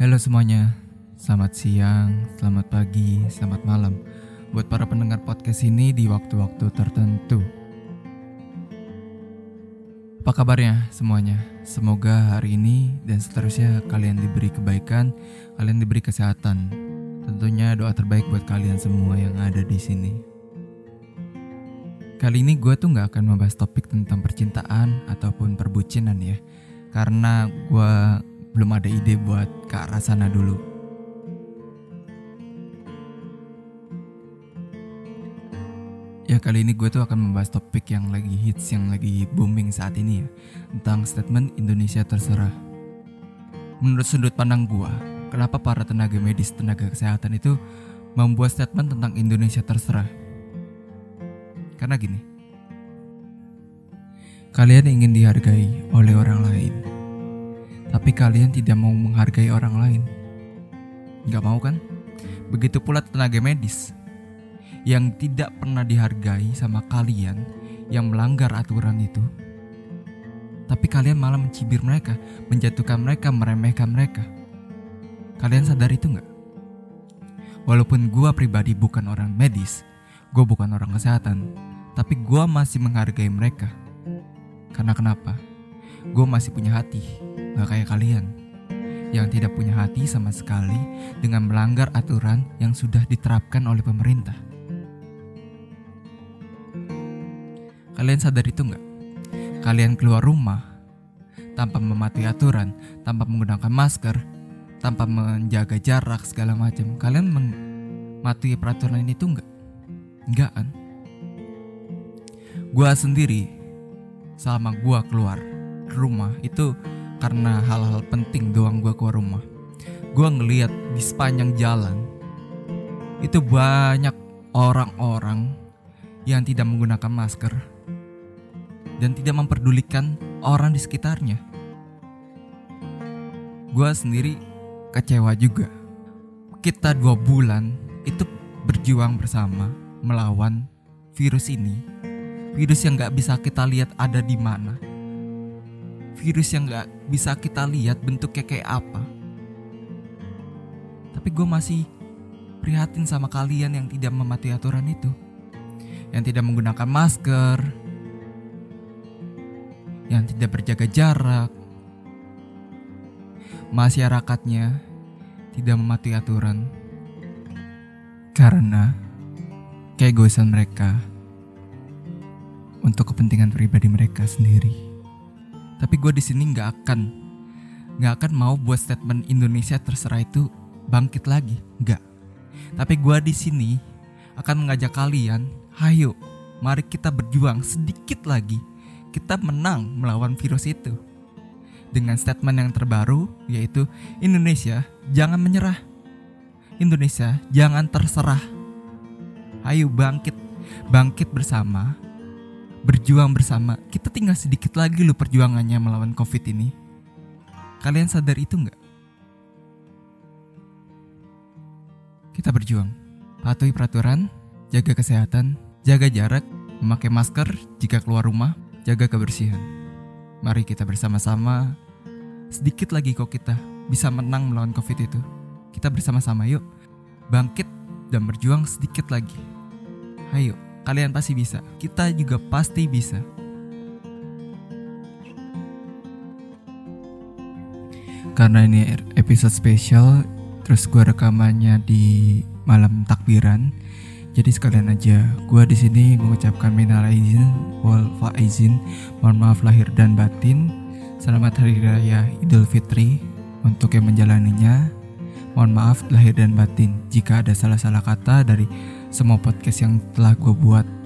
Halo semuanya, selamat siang, selamat pagi, selamat malam buat para pendengar podcast ini di waktu-waktu tertentu. Apa kabarnya semuanya? Semoga hari ini dan seterusnya kalian diberi kebaikan, kalian diberi kesehatan. Tentunya doa terbaik buat kalian semua yang ada di sini. Kali ini gue tuh gak akan membahas topik tentang percintaan ataupun perbucinan ya, karena gue belum ada ide buat ke arah sana dulu. Ya kali ini gue tuh akan membahas topik yang lagi hits, yang lagi booming saat ini ya, tentang statement Indonesia terserah. Menurut sudut pandang gue, kenapa para tenaga medis, tenaga kesehatan itu membuat statement tentang Indonesia terserah? Karena gini, kalian ingin dihargai oleh orang lain, tapi kalian tidak mau menghargai orang lain. Gak mau kan? Begitu pula tenaga medis yang tidak pernah dihargai sama kalian yang melanggar aturan itu. Tapi kalian malah mencibir mereka, menjatuhkan mereka, meremehkan mereka. Kalian sadar itu gak? Walaupun gue pribadi bukan orang medis, gue bukan orang kesehatan, tapi gue masih menghargai mereka. Karena kenapa? Gue masih punya hati, gak kayak kalian yang tidak punya hati sama sekali dengan melanggar aturan yang sudah diterapkan oleh pemerintah. Kalian sadar itu gak? Kalian keluar rumah tanpa mematuhi aturan, tanpa menggunakan masker, tanpa menjaga jarak segala macam. Kalian mematuhi peraturan itu gak? Enggak kan? Gue sendiri selama gue keluar rumah itu karena hal-hal penting doang gue keluar rumah. Gue ngeliat di sepanjang jalan itu banyak orang-orang yang tidak menggunakan masker dan tidak memperdulikan orang di sekitarnya. Gue sendiri kecewa juga. Kita 2 bulan itu berjuang bersama melawan virus ini. Virus yang gak bisa kita lihat ada di mana. Virus yang gak bisa kita lihat bentuknya kayak apa. Tapi gue masih prihatin sama kalian yang tidak mematuhi aturan itu, yang tidak menggunakan masker, yang tidak berjaga jarak. Masyarakatnya tidak mematuhi aturan karena keegoisan mereka untuk kepentingan pribadi mereka sendiri. Tapi gue di sini nggak akan mau buat statement Indonesia terserah itu bangkit lagi, nggak. Tapi gue di sini akan mengajak kalian, hayo, mari kita berjuang sedikit lagi, kita menang melawan virus itu. Dengan statement yang terbaru, yaitu Indonesia jangan menyerah, Indonesia jangan terserah. Ayo bangkit bersama, berjuang bersama. Kita tinggal sedikit lagi loh perjuangannya melawan COVID ini. Kalian sadar itu gak? Kita berjuang, patuhi peraturan, jaga kesehatan, jaga jarak, memakai masker jika keluar rumah, jaga kebersihan. Mari kita bersama-sama, sedikit lagi kok kita bisa menang melawan COVID itu. Kita bersama-sama yuk, bangkit dan berjuang sedikit lagi. Ayo, kalian pasti bisa, kita juga pasti bisa. Karena ini episode spesial, terus gue rekamannya di malam takbiran, jadi sekalian aja gue di sini mengucapkan minal aizin wal faizin, mohon maaf lahir dan batin. Selamat Hari Raya Idul Fitri untuk yang menjalaninya. Mohon maaf lahir dan batin jika ada salah-salah kata dari semua podcast yang telah gue buat.